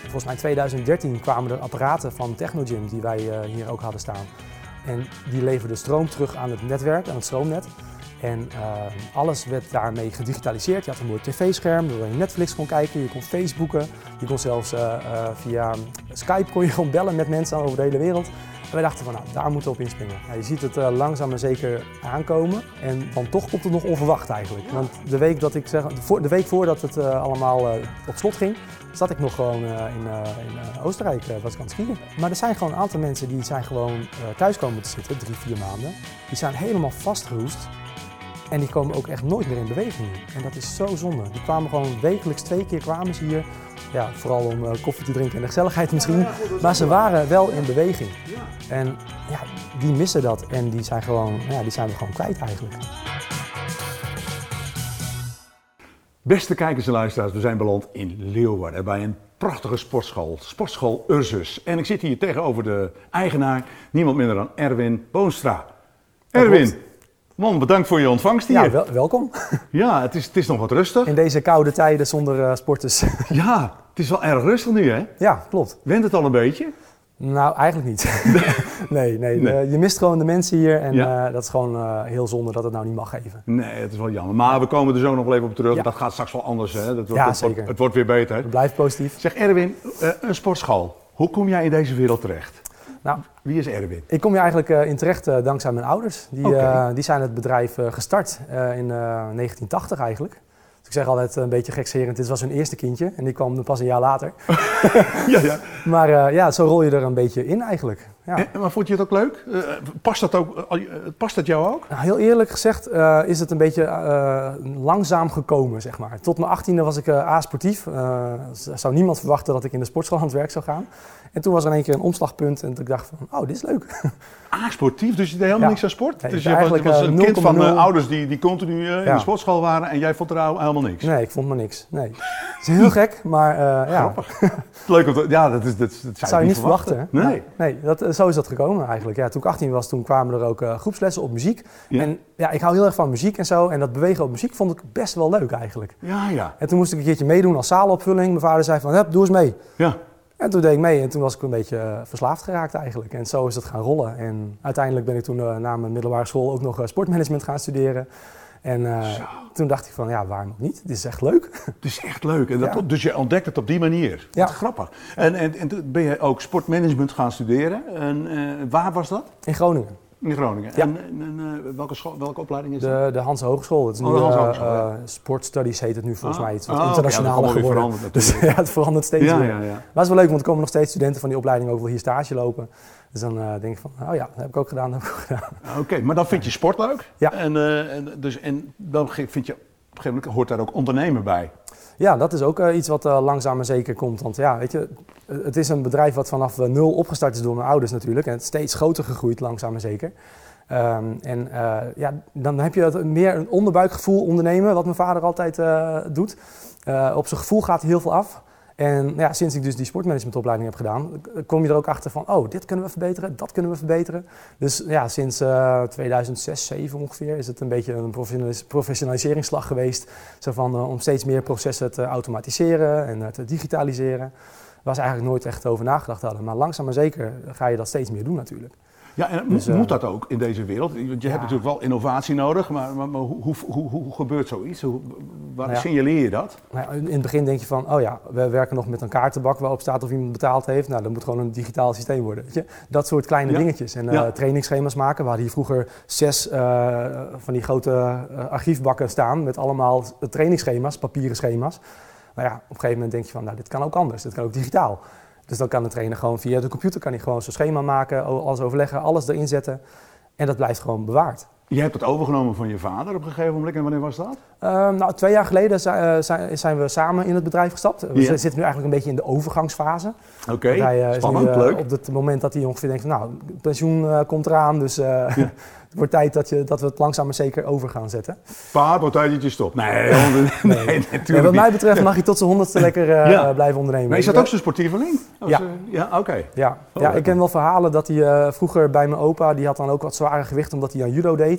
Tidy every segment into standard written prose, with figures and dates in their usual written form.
volgens mij in 2013 kwamen er apparaten van Technogym die wij hier ook hadden staan. En die leverden stroom terug aan het netwerk, aan het stroomnet. En alles werd daarmee gedigitaliseerd. Je had een mooi tv-scherm, waar je Netflix kon kijken, je kon Facebooken. Je kon zelfs via Skype kon je gewoon bellen met mensen over de hele wereld. En wij dachten van, nou, daar moeten we op inspringen. Nou, je ziet het langzaam maar zeker aankomen. En dan toch komt het nog onverwacht eigenlijk. Want de week voordat het allemaal op slot ging, zat ik nog gewoon in Oostenrijk, was ik aan het skiën. Maar er zijn gewoon een aantal mensen die zijn gewoon thuis komen te zitten, 3-4 maanden. Die zijn helemaal vastgeroest. En die komen ook echt nooit meer in beweging. En dat is zo zonde. Die kwamen gewoon wekelijks 2 keer kwamen ze hier. Ja, vooral om koffie te drinken en de gezelligheid misschien. Maar ze waren wel in beweging. En ja, die missen dat. En die zijn we gewoon kwijt eigenlijk. Beste kijkers en luisteraars, we zijn beland in Leeuwarden bij een prachtige sportschool. Sportschool Ursus. En ik zit hier tegenover de eigenaar, niemand minder dan Erwin Boonstra. Erwin! Man, bedankt voor je ontvangst hier. Ja, welkom. Ja, het is nog wat rustig. In deze koude tijden zonder sporters. Ja, het is wel erg rustig nu, hè? Ja, klopt. Went het al een beetje? Nou, eigenlijk niet. Nee. Je mist gewoon de mensen hier en dat is gewoon heel zonde dat het nou niet mag even. Nee, het is wel jammer. Maar we komen er zo nog wel even op terug. Ja. Dat gaat straks wel anders, hè? Zeker. Het wordt weer beter. Het blijft positief. Zeg Erwin, een sportschoal. Hoe kom jij in deze wereld terecht? Nou, wie is Erwin? Ik kom hier eigenlijk in terecht dankzij mijn ouders. Die zijn het bedrijf gestart in 1980 eigenlijk. Dus ik zeg altijd een beetje gekscherend, dit was hun eerste kindje en die kwam pas een jaar later. Ja. Maar zo rol je er een beetje in eigenlijk. Ja. Maar vond je het ook leuk? Past dat jou ook? Nou, heel eerlijk gezegd is het een beetje langzaam gekomen, zeg maar. Tot mijn 18e was ik A-sportief. Zou niemand verwachten dat ik in de sportschool aan het werk zou gaan. En toen was er in één keer een omslagpunt en ik dacht van, oh, dit is leuk. A-sportief? Dus je deed helemaal niks aan sport? Nee, dus je was een kind van ouders die continu in de sportschool waren en jij vond er helemaal niks? Nee, ik vond maar niks. Nee. Het is heel gek, maar grappig. Leuk om te... Ja, dat zou je niet verwachten. Hè? Nee, zo is dat gekomen eigenlijk. Ja, toen ik 18 was, toen kwamen er ook groepslessen op muziek. Ja. En ja, ik hou heel erg van muziek en zo. En dat bewegen op muziek vond ik best wel leuk eigenlijk. Ja. En toen moest ik een keertje meedoen als zaalopvulling. Mijn vader zei van, doe eens mee. Ja. En toen deed ik mee en toen was ik een beetje verslaafd geraakt eigenlijk. En zo is het gaan rollen. En uiteindelijk ben ik toen na mijn middelbare school ook nog sportmanagement gaan studeren. En toen dacht ik van, ja, waarom ook niet? Dit is echt leuk. Het is echt leuk. En dus je ontdekt het op die manier. Ja. Wat grappig. En toen ben je ook sportmanagement gaan studeren. En waar was dat? In Groningen. In Groningen. Ja. En welke opleiding is dat? De Hans Hogeschool. Het is nu Sport Studies heet het nu volgens mij. Iets wat internationaler geworden. Dus ja, het verandert steeds meer. Ja. Maar het is wel leuk, want er komen nog steeds studenten van die opleiding ook wel hier stage lopen. Dus dan denk ik van, oh ja, dat heb ik ook gedaan, Oké, maar dan vind je sport leuk. Ja. En dan vind je, op een gegeven moment hoort daar ook ondernemen bij. Ja, dat is ook iets wat langzaam maar zeker komt. Want ja, weet je, het is een bedrijf wat vanaf 0 opgestart is door mijn ouders natuurlijk. En het is steeds groter gegroeid, langzaam maar zeker. Dan heb je meer een onderbuikgevoel ondernemen, wat mijn vader altijd doet. Op zijn gevoel gaat heel veel af. En ja, sinds ik dus die sportmanagementopleiding heb gedaan, kom je er ook achter van, oh, dit kunnen we verbeteren, dat kunnen we verbeteren. Dus ja, sinds 2006, 2007 ongeveer is het een beetje een professionaliseringsslag geweest. Zo van, om steeds meer processen te automatiseren en te digitaliseren. Waar ze eigenlijk nooit echt over nagedacht hadden. Maar langzaam maar zeker ga je dat steeds meer doen natuurlijk. Ja, en moet dat ook in deze wereld? Want je hebt natuurlijk wel innovatie nodig, maar hoe gebeurt zoiets? Waar signaleer je dat? Nou, in het begin denk je van, oh ja, we werken nog met een kaartenbak waarop staat of iemand betaald heeft. Nou, dat moet gewoon een digitaal systeem worden. Weet je? Dat soort kleine dingetjes. En trainingsschema's maken. We hadden hier vroeger 6 van die grote archiefbakken staan met allemaal trainingsschema's, papieren schema's. Nou ja, op een gegeven moment denk je van, nou, dit kan ook anders. Dit kan ook digitaal. Dus dan kan de trainer gewoon via de computer kan hij gewoon zo'n schema maken, alles overleggen, alles erin zetten. En dat blijft gewoon bewaard. Je hebt het overgenomen van je vader op een gegeven moment. En wanneer was dat? 2 jaar geleden zijn we samen in het bedrijd gestapt. We zitten nu eigenlijk een beetje in de overgangsfase. Oké, spannend, leuk. Op het moment dat hij ongeveer denkt van, nou, pensioen komt eraan, dus het wordt tijd dat we het langzaam maar zeker over gaan zetten. Pa, wordt tijd dat je stopt. Nee, natuurlijk wat mij betreft mag je tot zijn 100ste lekker blijven ondernemen. Maar is dat ook zo'n sportieveling? Ja, oké. Ja, ik ken wel verhalen dat hij vroeger bij mijn opa, die had dan ook wat zware gewicht omdat hij aan judo deed.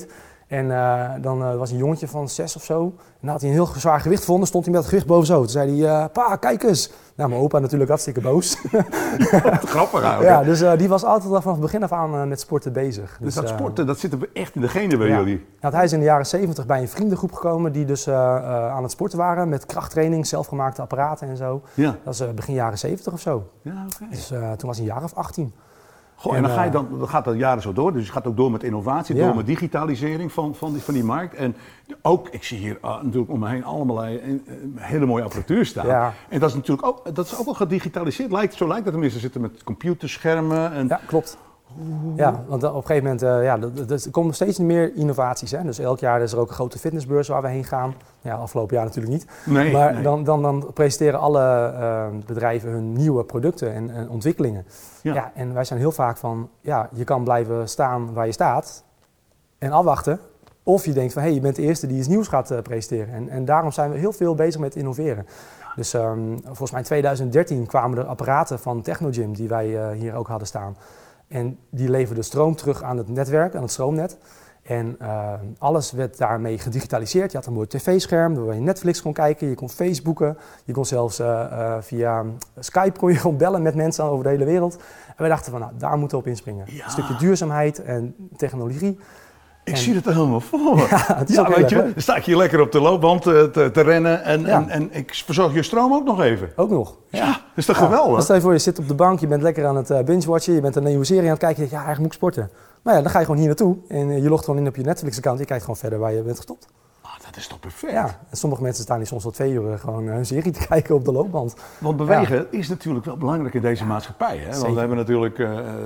En dan was een jongetje van 6 of zo. En dan had hij een heel zwaar gewicht gevonden, stond hij met het gewicht boven zo. Toen zei hij, pa, kijk eens. Nou, mijn opa natuurlijk hartstikke boos. Grappig eigenlijk. Ja, dus die was altijd al vanaf begin af aan met sporten bezig. Dus dat sporten, dat zit er echt in de genen bij jullie. Ja, hij is in de jaren 70 bij een vriendengroep gekomen die dus aan het sporten waren met krachttraining, zelfgemaakte apparaten en zo. Ja. Dat is begin jaren 70 of zo. Ja, oké. Dus toen was hij een jaar of 18. Goh, en dan gaat dat jaren zo door. Dus je gaat ook door met innovatie, door met digitalisering van die markt. En ook, ik zie hier natuurlijk om me heen allemaal hele mooie apparatuur staan. Ja. En dat is natuurlijk ook, dat is ook wel gedigitaliseerd. Zo lijkt het tenminste. Zitten met computerschermen. En... Ja, klopt. Ja, want op een gegeven moment er komen steeds meer innovaties. Hè? Dus elk jaar is er ook een grote fitnessbeurs waar we heen gaan. Ja, afgelopen jaar natuurlijk niet. Nee, maar nee. Dan presenteren alle bedrijven hun nieuwe producten en ontwikkelingen. Ja. Ja, en wij zijn heel vaak van, ja, je kan blijven staan waar je staat en afwachten. Of je denkt van, hé, je bent de eerste die iets nieuws gaat presenteren. En daarom zijn we heel veel bezig met innoveren. Dus volgens mij in 2013 kwamen er apparaten van Technogym die wij hier ook hadden staan. En die leverden stroom terug aan het netwerk, aan het stroomnet. En alles werd daarmee gedigitaliseerd. Je had een mooi tv-scherm waar je Netflix kon kijken, je kon Facebooken. Je kon zelfs via Skype kon je gewoon bellen met mensen over de hele wereld. En wij dachten van, nou, daar moeten we op inspringen. Ja. Een stukje duurzaamheid en technologie. Ik zie het er helemaal voor me. Ja, het is ook weet je, leuk, dan sta ik hier lekker op de loopband te rennen en ik verzorg je stroom ook nog even. Ook nog. Ja, dat is toch geweldig? Dan stel je voor, je zit op de bank, je bent lekker aan het binge-watchen, je bent een nieuwe serie aan het kijken, je denkt, ja, eigenlijk moet ik sporten. Maar ja, dan ga je gewoon hier naartoe en je logt gewoon in op je Netflix-account en je kijkt gewoon verder waar je bent gestopt. Dat is toch perfect? Ja, en sommige mensen staan hier soms wel 2 uur gewoon hun serie te kijken op de loopband. Want bewegen is natuurlijk wel belangrijk in deze maatschappij. Hè? Want we hebben natuurlijk,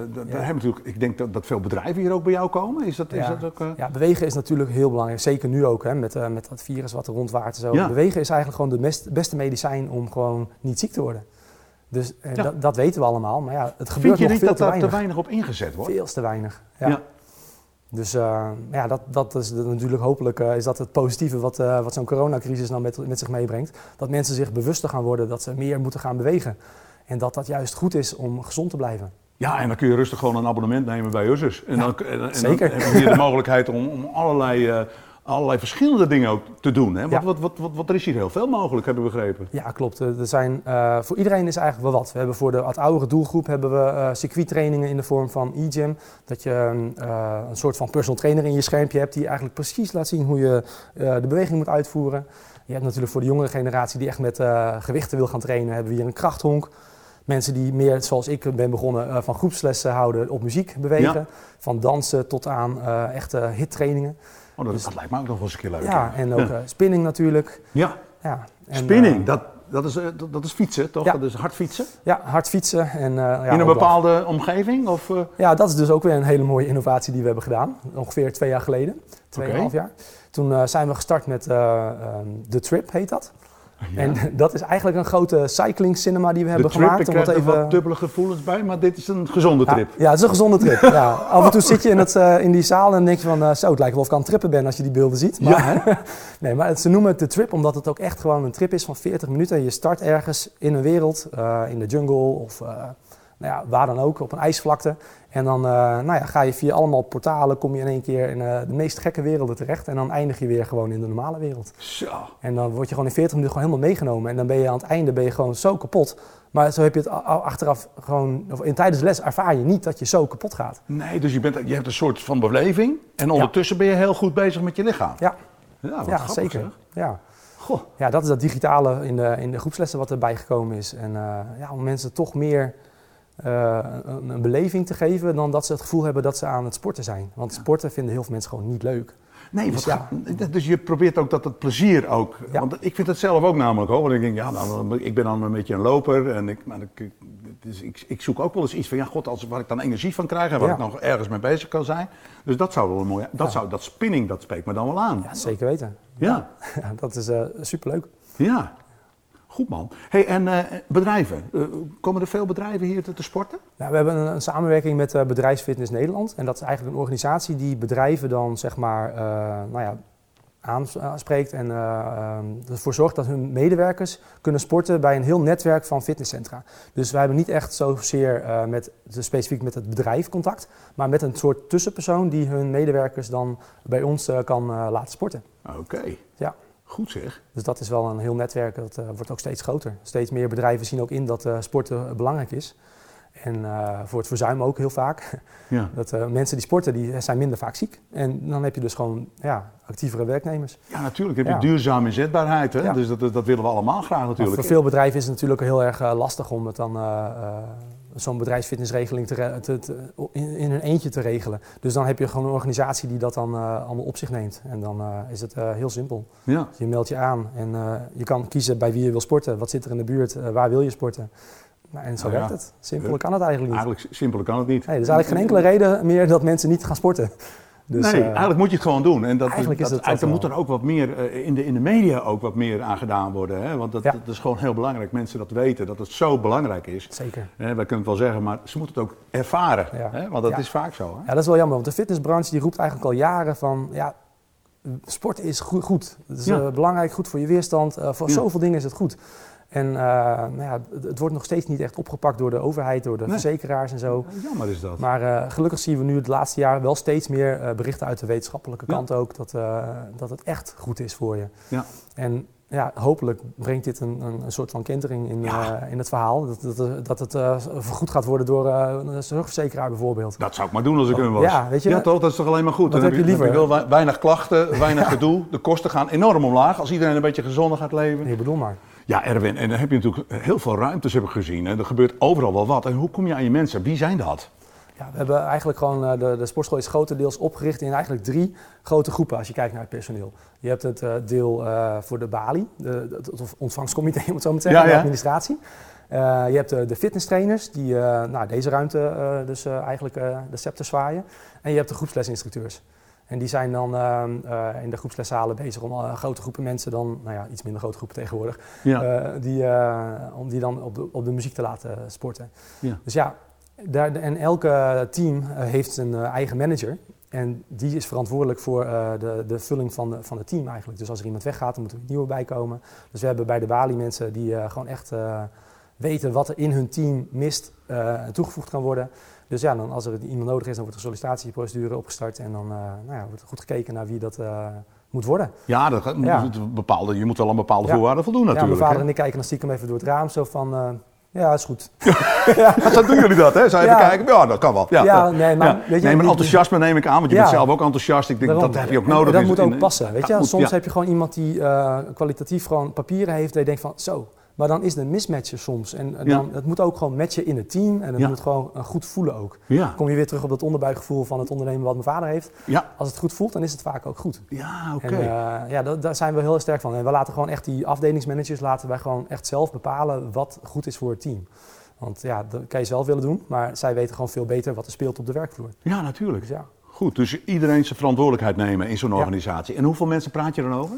ik denk dat veel bedrijven hier ook bij jou komen. Is dat ook... Ja, bewegen is natuurlijk heel belangrijk. Zeker nu ook, hè, met dat virus wat er rondwaart en zo. Ja. Bewegen is eigenlijk gewoon de beste medicijn om gewoon niet ziek te worden. Dus dat weten we allemaal, maar ja, het gebeurt nog veel te weinig. Vind je niet dat daar te weinig op ingezet wordt? Veel te weinig, ja. Dus dat is natuurlijk hopelijk is dat het positieve wat zo'n coronacrisis nou met zich meebrengt. Dat mensen zich bewuster gaan worden dat ze meer moeten gaan bewegen. En dat juist goed is om gezond te blijven. Ja, en dan kun je rustig gewoon een abonnement nemen bij Ursus. En dan zeker. Dan heb je hier de mogelijkheid om allerlei verschillende dingen ook te doen. Hè? Want er is hier heel veel mogelijk, hebben we begrepen. Ja, klopt. Er zijn, voor iedereen is eigenlijk wel wat. We hebben voor de wat oudere doelgroep hebben we circuittrainingen in de vorm van e-gym. Dat je een soort van personal trainer in je schermpje hebt die eigenlijk precies laat zien hoe je de beweging moet uitvoeren. Je hebt natuurlijk voor de jongere generatie die echt met gewichten wil gaan trainen, hebben we hier een krachthonk. Mensen die meer, zoals ik ben begonnen, van groepslessen houden op muziek bewegen. Ja. Van dansen tot aan echte hittrainingen. Oh, dat lijkt me ook nog wel eens een keer leuk. Ja, en ook spinning natuurlijk. Ja, ja en, spinning, dat is fietsen, toch? Ja. Dat is hard fietsen? Ja, hard fietsen. En, in een bepaalde omgeving? Of? Ja, dat is dus ook weer een hele mooie innovatie die we hebben gedaan. Ongeveer 2 jaar geleden, 2,5 jaar. Toen zijn we gestart met The Trip, heet dat. Ja. En dat is eigenlijk een grote cycling cinema die we hebben gemaakt. Ik krijg er wat dubbele gevoelens bij, maar dit is een gezonde trip. Ja, het is een gezonde trip. Ja. Af en toe zit je in die zaal en denk je van, zo, het lijkt wel of ik aan het trippen ben als je die beelden ziet. Maar, nee, maar ze noemen het de trip omdat het ook echt gewoon een trip is van 40 minuten. Je start ergens in een wereld, in de jungle of waar dan ook, op een ijsvlakte. En dan ga je via allemaal portalen, kom je in één keer in de meest gekke werelden terecht. En dan eindig je weer gewoon in de normale wereld. Zo. En dan word je gewoon in 40 minuten gewoon helemaal meegenomen. En dan ben je aan het einde gewoon zo kapot. Maar zo heb je het achteraf gewoon, of tijdens de les ervaar je niet dat je zo kapot gaat. Nee, dus je hebt een soort van beleving. En ondertussen ben je heel goed bezig met je lichaam. Ja, grappig, zeker. Zeg. Ja. Goh. Ja, dat is dat digitale in de groepslessen wat erbij gekomen is. En om mensen toch meer een beleving te geven dan dat ze het gevoel hebben dat ze aan het sporten zijn. Want sporten vinden heel veel mensen gewoon niet leuk. Nee, dus je probeert ook dat het plezier ook. Ja. Want ik vind het zelf ook namelijk hoor. Want ik denk, ik ben dan een beetje een loper en ik zoek ook wel eens iets van, waar ik dan energie van krijg en waar ik nog ergens mee bezig kan zijn. Dus dat zou wel een mooie, dat spinning, dat spreekt me dan wel aan. Ja, zeker weten. Ja. Ja, dat is superleuk. Ja. Goed man. Hey, en bedrijven, komen er veel bedrijven hier te sporten? Nou, we hebben een samenwerking met Bedrijfsfitness Nederland. En dat is eigenlijk een organisatie die bedrijven dan zeg maar aanspreekt en ervoor zorgt dat hun medewerkers kunnen sporten bij een heel netwerk van fitnesscentra. Dus wij hebben niet echt zozeer specifiek met het bedrijf contact, maar met een soort tussenpersoon die hun medewerkers dan bij ons kan laten sporten. Oké. Ja. Goed zeg. Dus dat is wel een heel netwerk, dat wordt ook steeds groter. Steeds meer bedrijven zien ook in dat sporten belangrijk is. En voor het verzuim ook heel vaak. Ja. Dat mensen die sporten, die zijn minder vaak ziek. En dan heb je dus gewoon actievere werkzoekers. Ja, natuurlijk heb je duurzame inzetbaarheid. Hè? Ja. Dus dat willen we allemaal graag natuurlijk. Maar voor veel bedrijven is het natuurlijk heel erg lastig om het dan zo'n bedrijfsfitnessregeling in hun eentje te regelen. Dus dan heb je gewoon een organisatie die dat dan allemaal op zich neemt. En dan is het heel simpel. Ja. Je meldt je aan en je kan kiezen bij wie je wil sporten. Wat zit er in de buurt? Waar wil je sporten? Nou, en zo werkt het. Simpeler kan het eigenlijk niet. Eigenlijk simpeler kan het niet. Nee, er is eigenlijk geen enkele reden meer dat mensen niet gaan sporten. Dus, nee, eigenlijk moet je het gewoon doen. En er moet er ook wat meer in de media ook wat meer aan gedaan worden. Hè? Want dat is gewoon heel belangrijk. Mensen dat weten, dat het zo belangrijk is. Zeker. Wij kunnen het wel zeggen, maar ze moeten het ook ervaren. Ja. Hè? Want dat is vaak zo. Hè? Ja, dat is wel jammer. Want de fitnessbranche die roept eigenlijk al jaren van... sport is goed. Het is belangrijk, goed voor je weerstand. Voor zoveel dingen is het goed. En het wordt nog steeds niet echt opgepakt door de overheid, door de verzekeraars en zo. Jammer is dat. Maar gelukkig zien we nu het laatste jaar wel steeds meer berichten uit de wetenschappelijke kant ook, dat het echt goed is voor je. Ja. En hopelijk brengt dit een soort van kentering in het verhaal. Dat het vergoed gaat worden door een zorgverzekeraar bijvoorbeeld. Dat zou ik maar doen als ik hun was. Ja, weet je, toch? Dat is toch alleen maar goed. Wat heb je liever? Dan heb je weinig klachten, weinig gedoe. De kosten gaan enorm omlaag als iedereen een beetje gezonder gaat leven. Nee, bedoel maar. Ja, Erwin, en dan heb je natuurlijk heel veel ruimtes heb ik gezien. Hè. Er gebeurt overal wel wat. En hoe kom je aan je mensen? Wie zijn dat? Ja, we hebben eigenlijk gewoon, de sportschool is grotendeels opgericht in eigenlijk 3 grote groepen als je kijkt naar het personeel. Je hebt het deel voor de balie, het ontvangstcomité om het zo maar te zeggen, de administratie. Je hebt de fitnesstrainers die deze ruimte eigenlijk de scepter zwaaien. En je hebt de groepslesinstructeurs. En die zijn dan in de groepsleszalen bezig om grote groepen mensen dan, iets minder grote groepen tegenwoordig, om die dan op de muziek te laten sporten. Ja. Dus en elke team heeft een eigen manager en die is verantwoordelijk voor de vulling van het team eigenlijk. Dus als er iemand weggaat, dan moet er een nieuwe bij komen. Dus we hebben bij de Bali mensen die gewoon echt weten wat er in hun team mist en toegevoegd kan worden. Dus dan als er iemand nodig is, dan wordt de sollicitatieprocedure opgestart en dan wordt er goed gekeken naar wie dat moet worden. Ja, je moet wel aan bepaalde voorwaarden voldoen natuurlijk. Ja, mijn vader en ik kijken dan stiekem even door het raam zo van... is goed. Zo doen jullie dat, hè? Zou je even kijken? Ja, dat kan wel. Weet je, maar enthousiasme neem ik aan, want je bent zelf ook enthousiast. Ik denk, dat heb je ook nodig. Dat moet ook passen, weet je. Soms heb je gewoon iemand die kwalitatief gewoon papieren heeft, dat je denkt van, zo. Maar dan is het een mismatch soms. En het moet ook gewoon matchen in het team. En het moet gewoon goed voelen ook. Ja. Dan kom je weer terug op dat onderbuikgevoel van het ondernemen wat mijn vader heeft. Ja. Als het goed voelt, dan is het vaak ook goed. Ja, oké. En daar zijn we heel sterk van. En we laten gewoon echt die afdelingsmanagers gewoon echt zelf bepalen wat goed is voor het team. Want dat kan je zelf willen doen. Maar zij weten gewoon veel beter wat er speelt op de werkvloer. Ja, natuurlijk. Dus goed, dus iedereen zijn verantwoordelijkheid nemen in zo'n organisatie. En hoeveel mensen praat je dan over?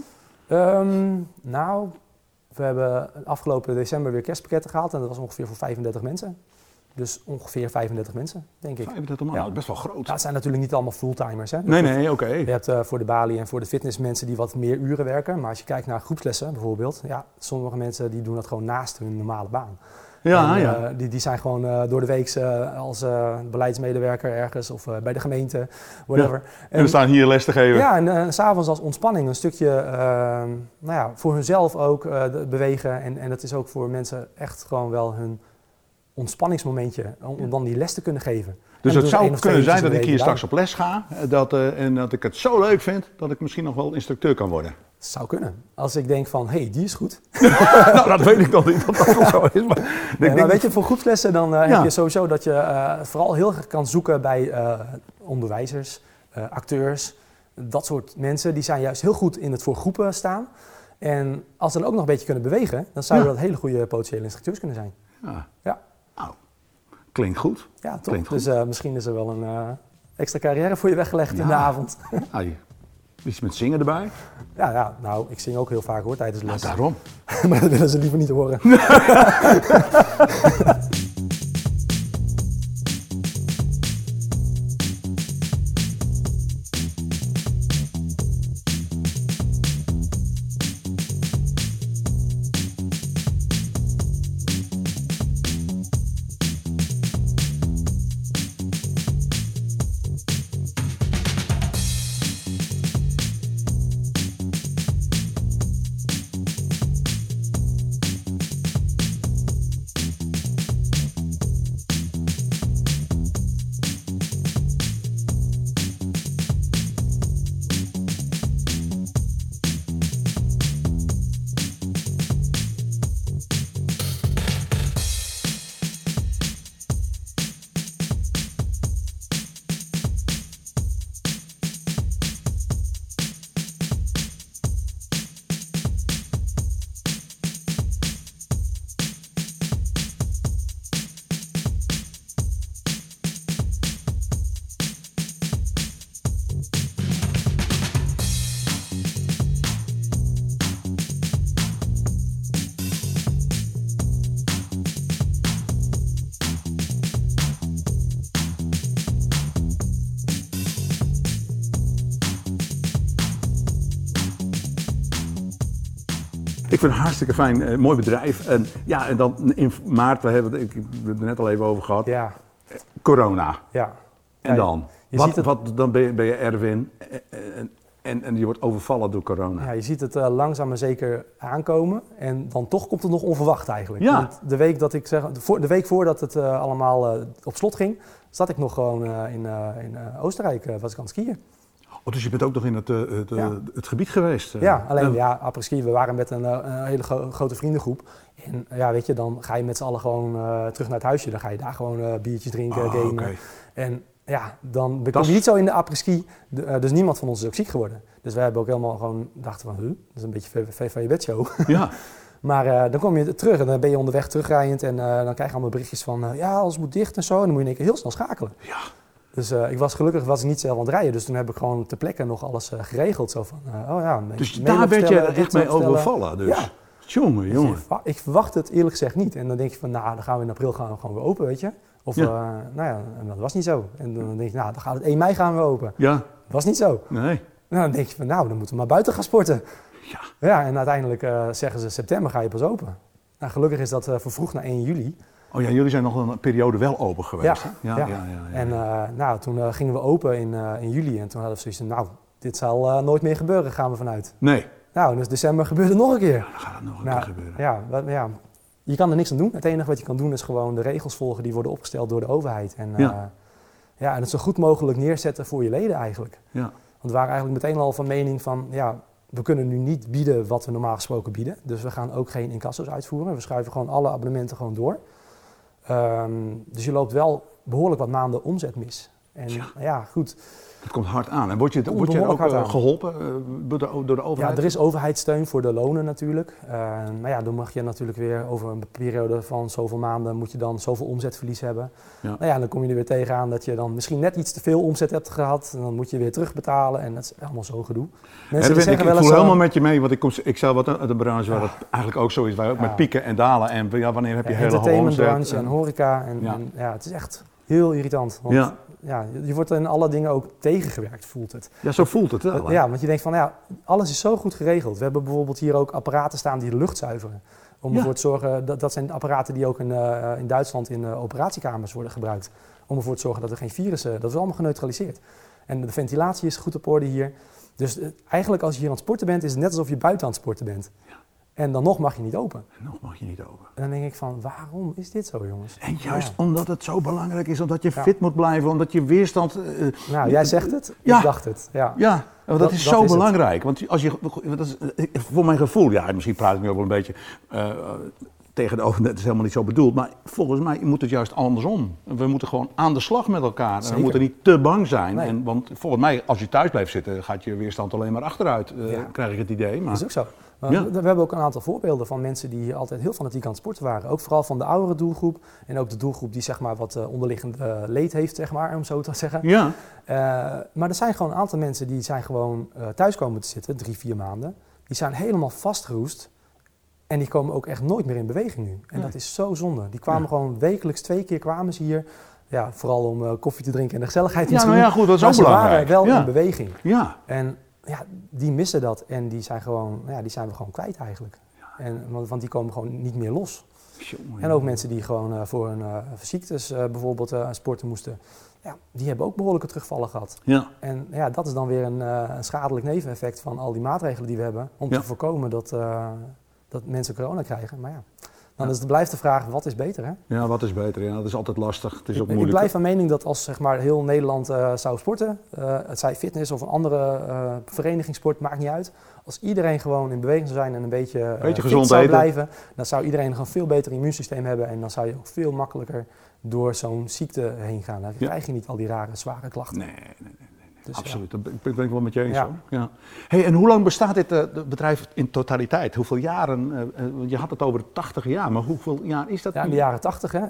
We hebben afgelopen december weer kerstpakketten gehaald en dat was ongeveer voor 35 mensen. Dus ongeveer 35 mensen, denk ik. 35 man, dat is best wel groot. Dat zijn natuurlijk niet allemaal fulltimers. Hè? Nee, oké. Je hebt voor de Bali en voor de fitness mensen die wat meer uren werken. Maar als je kijkt naar groepslessen bijvoorbeeld, sommige mensen die doen dat gewoon naast hun normale baan. Die zijn gewoon door de week als beleidsmedewerker ergens of bij de gemeente, whatever. Ja. En we staan hier les te geven. Ja, en 's avonds als ontspanning een stukje voor hunzelf ook bewegen. En dat is ook voor mensen echt gewoon wel hun ontspanningsmomentje om dan die les te kunnen geven. Dus het zou kunnen zijn dat ik hier straks op les ga en dat ik het zo leuk vind dat ik misschien nog wel instructeur kan worden. Dat zou kunnen. Als ik denk van, die is goed. Nou, dat weet ik nog niet of dat zo is. Maar weet je, voor groepslessen dan heb je sowieso dat je vooral heel erg kan zoeken bij onderwijzers, acteurs. Dat soort mensen, die zijn juist heel goed in het voor groepen staan. En als ze dan ook nog een beetje kunnen bewegen, dan zouden dat hele goede potentiële instructeurs kunnen zijn. Ja. Nou, klinkt goed. Ja, toch? Klinkt goed. Dus misschien is er wel een extra carrière voor je weggelegd in de avond. Iets met zingen erbij? Ja, nou, ik zing ook heel vaak hoor tijdens les. Daarom. Maar dat willen ze liever niet horen. vind het hartstikke fijn, mooi bedrijf. En dan in maart, we hebben het er net al even over gehad, Ja. Corona. Ja. En dan? ziet het- Dan ben je Erwin en je wordt overvallen door corona. Ja, je ziet het langzaam maar zeker aankomen en dan toch komt het nog onverwacht eigenlijk. Ja. Want de week voordat het allemaal op slot ging, zat ik nog gewoon in Oostenrijk, was ik aan het skiën. Oh, dus je bent ook nog in het gebied geweest? Ja, alleen après-ski, we waren met een hele grote vriendengroep. En ja, weet je, dan ga je met z'n allen gewoon terug naar het huisje. Dan ga je daar gewoon biertjes drinken, gamen. Okay. En ja, dan kom je niet zo in de après-ski. Dus niemand van ons is ook ziek geworden. Dus wij hebben ook helemaal gewoon dachten van, dat is een beetje ver van je bedshow. Ja. Maar dan kom je terug en dan ben je onderweg terugrijdend en dan krijg je allemaal berichtjes van, alles moet dicht en zo. En dan moet je in één keer heel snel schakelen. Ja. Dus gelukkig was ik niet zelf aan het rijden, dus toen heb ik gewoon ter plekke nog alles geregeld. Zo van, dus daar werd je echt mee overvallen dus? Ja. Jongen. Ik verwacht het eerlijk gezegd niet. En dan denk je van, dan gaan we in april gewoon weer open, weet je. Of, en dat was niet zo. En dan denk je, dan gaat het 1 mei gaan we open. Ja. Dat was niet zo. Nee. Dan denk je van, dan moeten we maar buiten gaan sporten. Ja. Ja, en uiteindelijk zeggen ze, september ga je pas open. Nou, gelukkig is dat vervroegd naar 1 juli. Oh ja, jullie zijn nog een periode wel open geweest, ja. hè? Ja. En toen gingen we open in juli en toen hadden we zoiets van, dit zal nooit meer gebeuren, gaan we vanuit. Nee. Nou, dus december gebeurde nog een keer. Ja, dan gaat het nog een keer gebeuren. Ja, je kan er niks aan doen. Het enige wat je kan doen is gewoon de regels volgen die worden opgesteld door de overheid. En, en het zo goed mogelijk neerzetten voor je leden eigenlijk. Ja. Want we waren eigenlijk meteen al van mening van, we kunnen nu niet bieden wat we normaal gesproken bieden. Dus we gaan ook geen incasso's uitvoeren. We schuiven gewoon alle abonnementen gewoon door. Dus je loopt wel behoorlijk wat maanden omzet mis. En goed. Het komt hard aan. En word je ook geholpen door de overheid? Ja, er is overheidssteun voor de lonen natuurlijk. Maar dan mag je natuurlijk weer over een periode van zoveel maanden moet je dan zoveel omzetverlies hebben. Ja. Dan kom je er weer tegenaan dat je dan misschien net iets te veel omzet hebt gehad. En dan moet je weer terugbetalen en dat is allemaal zo gedoe. Ik voel helemaal met je mee, want ik zou wat uit de branche waar het eigenlijk ook zo is. Waar ook met pieken en dalen en wanneer heb je hele hoge omzet. Entertainmentbranche en horeca. En het is echt heel irritant. Want je wordt in alle dingen ook tegengewerkt, voelt het. Ja, zo voelt het wel. Ja, want je denkt van, alles is zo goed geregeld. We hebben bijvoorbeeld hier ook apparaten staan die de lucht zuiveren. Om ervoor te zorgen, dat zijn apparaten die ook in Duitsland in operatiekamers worden gebruikt. Om ervoor te zorgen dat er geen virussen, dat is allemaal geneutraliseerd. En de ventilatie is goed op orde hier. Dus eigenlijk als je hier aan het sporten bent, is het net alsof je buiten aan het sporten bent. Ja. En dan nog mag je niet open. En dan denk ik van, waarom is dit zo, jongens? En juist omdat het zo belangrijk is, omdat je fit moet blijven, omdat je weerstand... jij zegt het, ik dacht het. Ja, dat is zo belangrijk. Want als je, voor mijn gevoel, misschien praat ik nu ook wel een beetje tegen de ogen, dat is helemaal niet zo bedoeld, maar volgens mij moet het juist andersom. We moeten gewoon aan de slag met elkaar. Zeker. We moeten niet te bang zijn. Nee. Want volgens mij, als je thuis blijft zitten, gaat je weerstand alleen maar achteruit, krijg ik het idee. Maar... Dat is ook zo. We hebben ook een aantal voorbeelden van mensen die altijd heel fanatiek aan het sporten waren. Ook vooral van de oudere doelgroep. En ook de doelgroep die zeg maar wat onderliggende leed heeft, zeg maar, om zo te zeggen. Ja. Maar er zijn gewoon een aantal mensen die zijn gewoon thuis komen te zitten, 3-4 maanden. Die zijn helemaal vastgeroest. En die komen ook echt nooit meer in beweging nu. En dat is zo zonde. Die kwamen gewoon wekelijks 2 keer kwamen ze hier. Ja, vooral om koffie te drinken en de gezelligheid te doen. Ja, goed, dat is ook belangrijk. Ze waren wel in beweging. Ja. En die missen dat en die zijn we gewoon kwijt eigenlijk. Ja. Want die komen gewoon niet meer los. En ook mensen die gewoon voor hun ziektes bijvoorbeeld sporten moesten. Ja, die hebben ook behoorlijke terugvallen gehad. Ja. En dat is dan weer een schadelijk neveneffect van al die maatregelen die we hebben. Om te voorkomen dat mensen corona krijgen. Maar dan blijft de vraag, wat is beter, hè? Ja, wat is beter? Ja, dat is altijd lastig. Het is ook moeilijk. Ik blijf van mening dat als zeg maar, heel Nederland zou sporten, het zij fitness of een andere verenigingssport, maakt niet uit. Als iedereen gewoon in beweging zou zijn en een beetje gezond zou blijven, dan zou iedereen nog een veel beter immuunsysteem hebben en dan zou je ook veel makkelijker door zo'n ziekte heen gaan. Dan krijg je niet al die rare, zware klachten. Nee. Dus absoluut, dat ben ik wel met je eens. Ja. Hey, en hoe lang bestaat dit bedrijf in totaliteit? Hoeveel jaren? Je had het over 80 jaar, maar hoeveel jaar is dat? Ja, in de jaren 80, hè?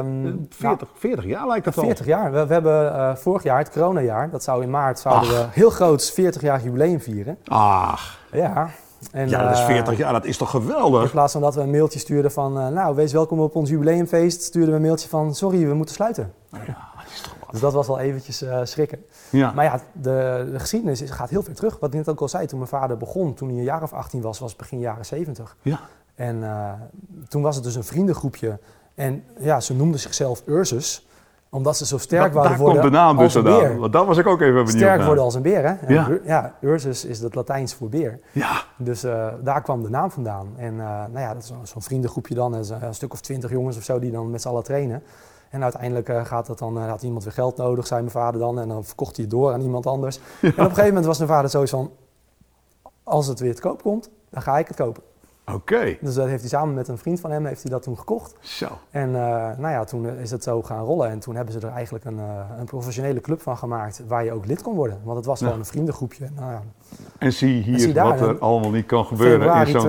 40 jaar lijkt het al. 40 jaar. We hebben vorig jaar, het coronajaar, dat zou in maart, zouden we heel groot 40-jarig jubileum vieren. Ach. Ja. En, dat is 40 jaar, dat is toch geweldig? In plaats van dat we een mailtje stuurden van, wees welkom op ons jubileumfeest, stuurden we een mailtje van, sorry, we moeten sluiten. Ja, dat is toch Dus dat was wel eventjes schrikken. Ja. Maar ja, de geschiedenis gaat heel ver terug. Wat ik net ook al zei, toen mijn vader begon, toen hij een jaar of 18 was het begin jaren 70. Ja. En toen was het dus een vriendengroepje. En ja, ze noemden zichzelf Ursus, omdat ze zo sterk waren worden komt de naam dus als een beer. Want daar was ik ook even benieuwd Sterk naar. worden als een beer, hè? Ja. Ja, Ursus is het Latijns voor beer. Ja. Dus daar kwam de naam vandaan. En nou ja, dat is zo'n vriendengroepje dan, een stuk of 20 jongens of zo die dan met z'n allen trainen. En uiteindelijk had iemand weer geld nodig, zei mijn vader dan, en dan verkocht hij het door aan iemand anders. Ja. En op een gegeven moment was mijn vader sowieso van, als het weer te koop komt, dan ga ik het kopen. Oké. Dus dat heeft hij samen met een vriend van hem heeft hij dat toen gekocht. Zo. En nou ja, toen is het zo gaan rollen en toen hebben ze er eigenlijk een professionele club van gemaakt waar je ook lid kon worden. Want het was gewoon een vriendengroepje. Nou ja. En zie hier zie daar, wat er allemaal niet kan gebeuren februari in zo'n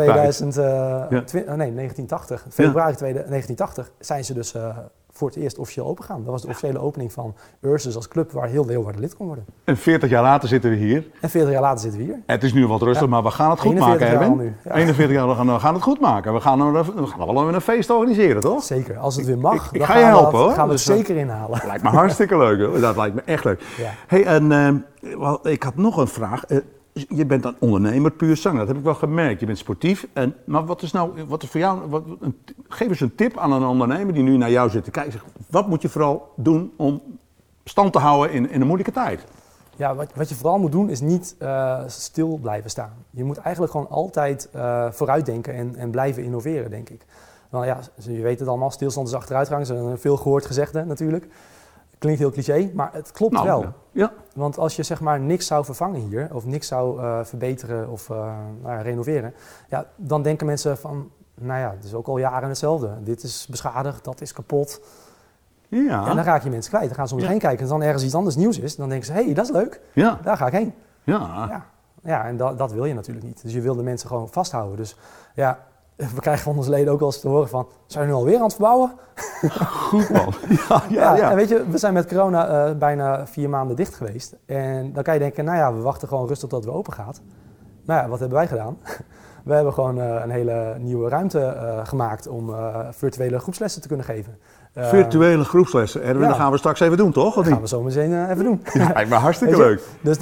1980. Februari 1980 zijn ze dus voor het eerst officieel opengegaan. Dat was de officiële opening van Ursus als club waar heel Leeuwarden lid kon worden. En 40 jaar later zitten we hier. En 40 jaar later zitten we hier. Het is nu wat rustig, maar we gaan het goed maken, Erwin. 41 jaar, we gaan het goed maken. We gaan wel een feest organiseren, toch? Zeker, als het weer mag, ik ga je helpen, hoor. gaan we het dus, zeker inhalen. Lijkt me hartstikke leuk, hoor. Dat lijkt me echt leuk. Ja. Hey, en ik had nog een vraag. Je bent een ondernemer, puur zang, dat heb ik wel gemerkt. Je bent sportief. Maar wat is voor jou, geef eens een tip aan een ondernemer die nu naar jou zit te kijken. Wat moet je vooral doen om stand te houden in een moeilijke tijd? Ja, wat je vooral moet doen is niet stil blijven staan. Je moet eigenlijk gewoon altijd vooruitdenken en blijven innoveren, denk ik. Nou ja, je weet het allemaal, stilstand is achteruitgang. Dat is een veel gehoord gezegde natuurlijk. Klinkt heel cliché, maar het klopt wel. Ja. Want als je zeg maar niks zou vervangen hier, of niks zou verbeteren of renoveren, ja, dan denken mensen van, nou ja, het is ook al jaren hetzelfde. Dit is beschadigd, dat is kapot. Ja. En dan raak je mensen kwijt. Dan gaan ze om je heen kijken. En als dan ergens iets anders nieuws is, dan denken ze, hé, dat is leuk. Ja. Daar ga ik heen. Ja. Ja, en dat wil je natuurlijk niet. Dus je wil de mensen gewoon vasthouden. Dus ja, we krijgen van onze leden ook wel eens te horen van, zijn we nu alweer aan het verbouwen? Goed man. Ja. En weet je, we zijn met corona bijna 4 maanden dicht geweest. En dan kan je denken, nou ja, we wachten gewoon rustig tot het weer open gaat. Nou ja, wat hebben wij gedaan? We hebben gewoon een hele nieuwe ruimte gemaakt om virtuele groepslessen te kunnen geven. Virtuele groepslessen, Erwin, dat gaan we straks even doen, toch? Dat gaan we zo meteen even doen. Ja, lijkt me hartstikke leuk. Dus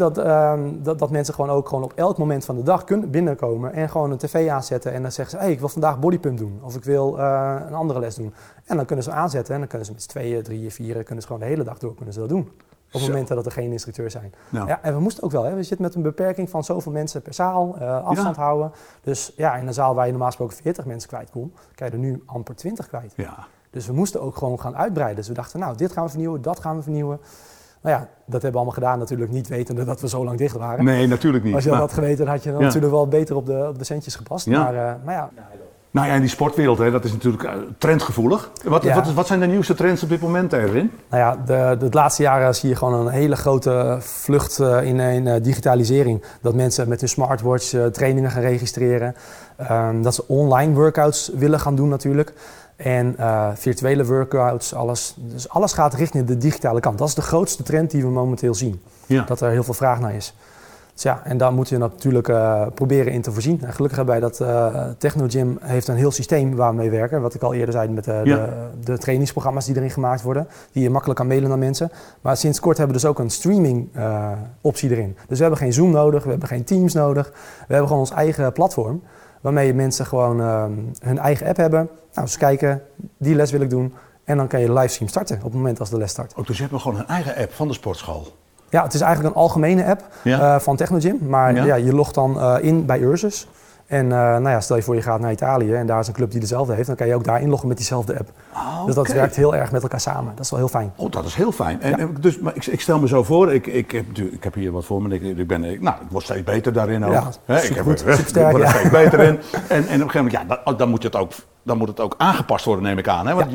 dat mensen gewoon op elk moment van de dag kunnen binnenkomen en gewoon een tv aanzetten. En dan zeggen ze, hey, ik wil vandaag bodypump doen of ik wil een andere les doen. En dan kunnen ze aanzetten en dan kunnen ze met z'n 2, 3, 4, kunnen ze gewoon de hele dag door kunnen ze dat doen. Op het moment dat er geen instructeurs zijn. Nou. Ja, en we moesten ook wel, hè. We zitten met een beperking van zoveel mensen per zaal, afstand houden. Dus ja, in een zaal waar je normaal gesproken 40 mensen kwijt kon, kan je er nu amper 20 kwijt. Ja. Dus we moesten ook gewoon gaan uitbreiden. Dus we dachten, nou, dit gaan we vernieuwen, dat gaan we vernieuwen. Nou ja, dat hebben we allemaal gedaan natuurlijk niet wetende dat we zo lang dicht waren. Nee, natuurlijk niet. Als je dat had geweten, had je dan natuurlijk wel beter op de centjes gepast. Ja. Maar ja. Nou ja, in die sportwereld, hè, dat is natuurlijk trendgevoelig. Wat zijn de nieuwste trends op dit moment, Erwin? Nou ja, de laatste jaren zie je gewoon een hele grote vlucht in digitalisering. Dat mensen met hun smartwatch trainingen gaan registreren. Dat ze online workouts willen gaan doen natuurlijk. En virtuele workouts, alles. Dus alles gaat richting de digitale kant. Dat is de grootste trend die we momenteel zien. Ja. Dat er heel veel vraag naar is. Dus ja, en daar moet je natuurlijk proberen in te voorzien. En gelukkig hebben wij dat Technogym heeft een heel systeem waar we mee werken. Wat ik al eerder zei met de trainingsprogramma's die erin gemaakt worden. Die je makkelijk kan mailen naar mensen. Maar sinds kort hebben we dus ook een streaming optie erin. Dus we hebben geen Zoom nodig, we hebben geen Teams nodig. We hebben gewoon ons eigen platform. Waarmee mensen gewoon hun eigen app hebben. Nou, eens kijken, die les wil ik doen. En dan kan je livestream starten op het moment als de les start. Dus je hebt gewoon een eigen app van de sportschool? Ja, het is eigenlijk een algemene app van Technogym. Maar je logt dan in bij Ursus. En stel je voor je gaat naar Italië en daar is een club die dezelfde heeft. Dan kan je ook daar inloggen met diezelfde app. Okay. Dus dat werkt heel erg met elkaar samen. Dat is wel heel fijn. Oh, dat is heel fijn. Maar ik stel me zo voor, ik heb hier wat voor me. Ik word steeds beter daarin ook. Ja, ik word er steeds beter in. En op een gegeven moment, dan moet het ook aangepast worden, neem ik aan. Hè? Want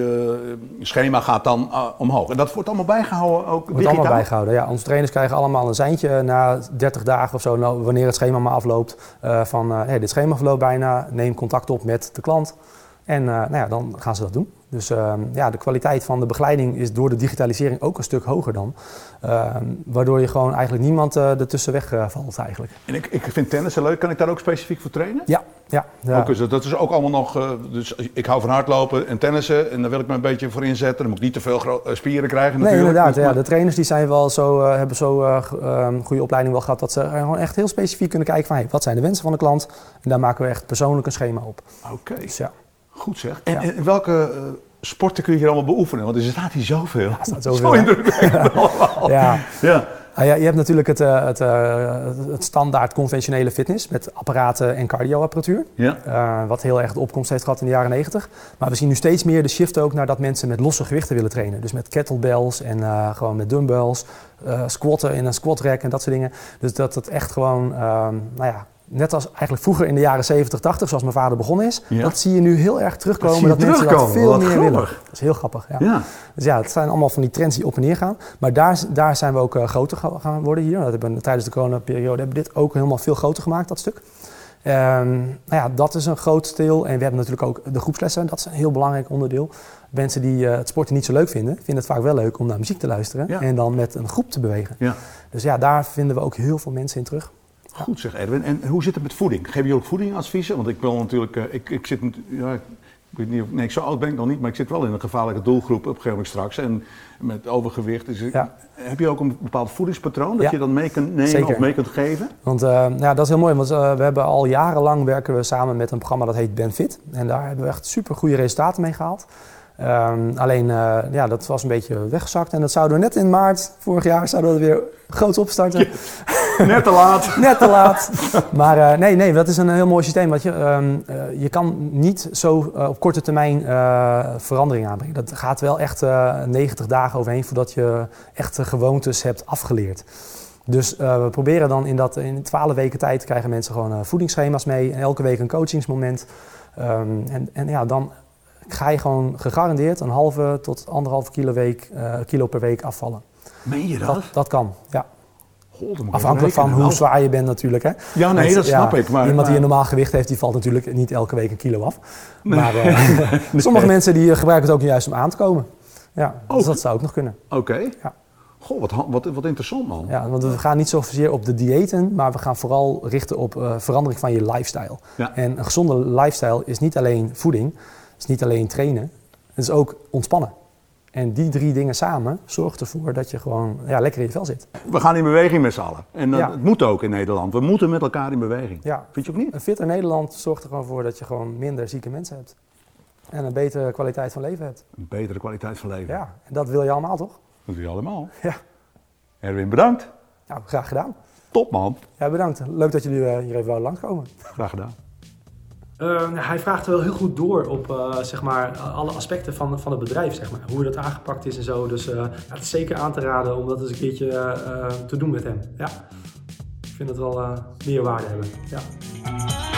je schema gaat dan omhoog. En dat wordt allemaal bijgehouden ook digitaal? Wordt allemaal bijgehouden, ja. Onze trainers krijgen allemaal een seintje na 30 dagen of zo, wanneer het schema maar afloopt. Dit schema verloopt bijna, neem contact op met de klant. En dan gaan ze dat doen. Dus de kwaliteit van de begeleiding is door de digitalisering ook een stuk hoger dan. Waardoor je gewoon eigenlijk niemand ertussen wegvalt eigenlijk. En ik vind tennissen leuk. Kan ik daar ook specifiek voor trainen? Ja. Ook is dat is ook allemaal nog... dus ik hou van hardlopen en tennissen en daar wil ik me een beetje voor inzetten. Dan moet ik niet te veel spieren krijgen natuurlijk. Nee, inderdaad. Ja, de trainers die zijn wel hebben zo goede opleiding wel gehad dat ze gewoon echt heel specifiek kunnen kijken van wat zijn de wensen van de klant. En daar maken we echt persoonlijk een schema op. Oké. Dus ja. Goed zeg. En welke sporten kun je hier allemaal beoefenen? Want er staat hier zoveel. Ja, er staat zoveel. Zo indrukwekkend allemaal. Ja. Ja. Je hebt natuurlijk het standaard conventionele fitness met apparaten en cardioapparatuur. Ja. Wat heel erg de opkomst heeft gehad in de jaren 90. Maar we zien nu steeds meer de shift ook naar dat mensen met losse gewichten willen trainen. Dus met kettlebells en gewoon met dumbbells, squatten in een squat rack en dat soort dingen. Dus dat het echt gewoon, net als eigenlijk vroeger in de jaren 70, 80, zoals mijn vader begonnen is. Ja. Dat zie je nu heel erg terugkomen, dat mensen dat veel meer willen. Dat is heel grappig. Ja. Dus ja, het zijn allemaal van die trends die op en neer gaan. Maar daar zijn we ook groter gaan worden hier. Tijdens de coronaperiode hebben we dit ook helemaal veel groter gemaakt, dat stuk. Dat is een groot deel. En we hebben natuurlijk ook de groepslessen. Dat is een heel belangrijk onderdeel. Mensen die het sporten niet zo leuk vinden het vaak wel leuk om naar muziek te luisteren. Ja. En dan met een groep te bewegen. Ja. Dus ja, daar vinden we ook heel veel mensen in terug. Goed zeg Erwin. En hoe zit het met voeding? Geef je ook voedingadviezen? Want ik wil natuurlijk, ik zit, ik weet niet of, zo oud ben ik nog niet, maar ik zit wel in een gevaarlijke doelgroep op een gegeven moment straks. En met overgewicht. Dus heb je ook een bepaald voedingspatroon dat je dan mee kunt nemen Zeker. Of mee kunt geven? Want dat is heel mooi, want we hebben al jarenlang werken we samen met een programma dat heet BenFit. En daar hebben we echt super goede resultaten mee gehaald. Dat was een beetje weggezakt en dat zouden we net in maart vorig jaar zouden we weer groot opstarten. Net te laat. Net te laat. Maar nee, dat is een heel mooi systeem. Want je kan niet zo op korte termijn verandering aanbrengen. Dat gaat wel echt 90 dagen overheen voordat je echt gewoontes hebt afgeleerd. Dus we proberen dan in 12 weken tijd krijgen mensen gewoon voedingsschema's mee. En elke week een coachingsmoment. Dan ga je gewoon gegarandeerd 1,5 tot 1,5 kilo per week afvallen. Meen je dat? Dat kan, ja. Afhankelijk van hoe zwaar je bent natuurlijk. Hè? Ja, nee, dat snap ik. Maar, iemand die een normaal gewicht heeft, die valt natuurlijk niet elke week 1 kilo af. Nee. Maar sommige mensen die gebruiken het ook juist om aan te komen. Ja, dus dat zou ook nog kunnen. Oké. Ja. Goh, wat interessant man. Ja, want we gaan niet zozeer op de diëten, maar we gaan vooral richten op verandering van je lifestyle. Ja. En een gezonde lifestyle is niet alleen voeding, is niet alleen trainen, het is ook ontspannen. En die 3 dingen samen zorgt ervoor dat je gewoon lekker in je vel zit. We gaan in beweging met z'n allen. En het moet ook in Nederland. We moeten met elkaar in beweging. Ja. Vind je ook niet? Een fitter Nederland zorgt er gewoon voor dat je gewoon minder zieke mensen hebt. En een betere kwaliteit van leven hebt. Een betere kwaliteit van leven. Ja, en dat wil je allemaal toch? Dat wil je allemaal. Ja. Erwin, bedankt. Nou, graag gedaan. Top man. Ja, bedankt. Leuk dat jullie hier even wouden langskomen. Graag gedaan. Hij vraagt wel heel goed door op alle aspecten van het bedrijf, zeg maar. Hoe dat aangepakt is en zo. Dus het is zeker aan te raden om dat eens een keertje te doen met hem. Ja. Ik vind het wel meer waarde hebben. Ja.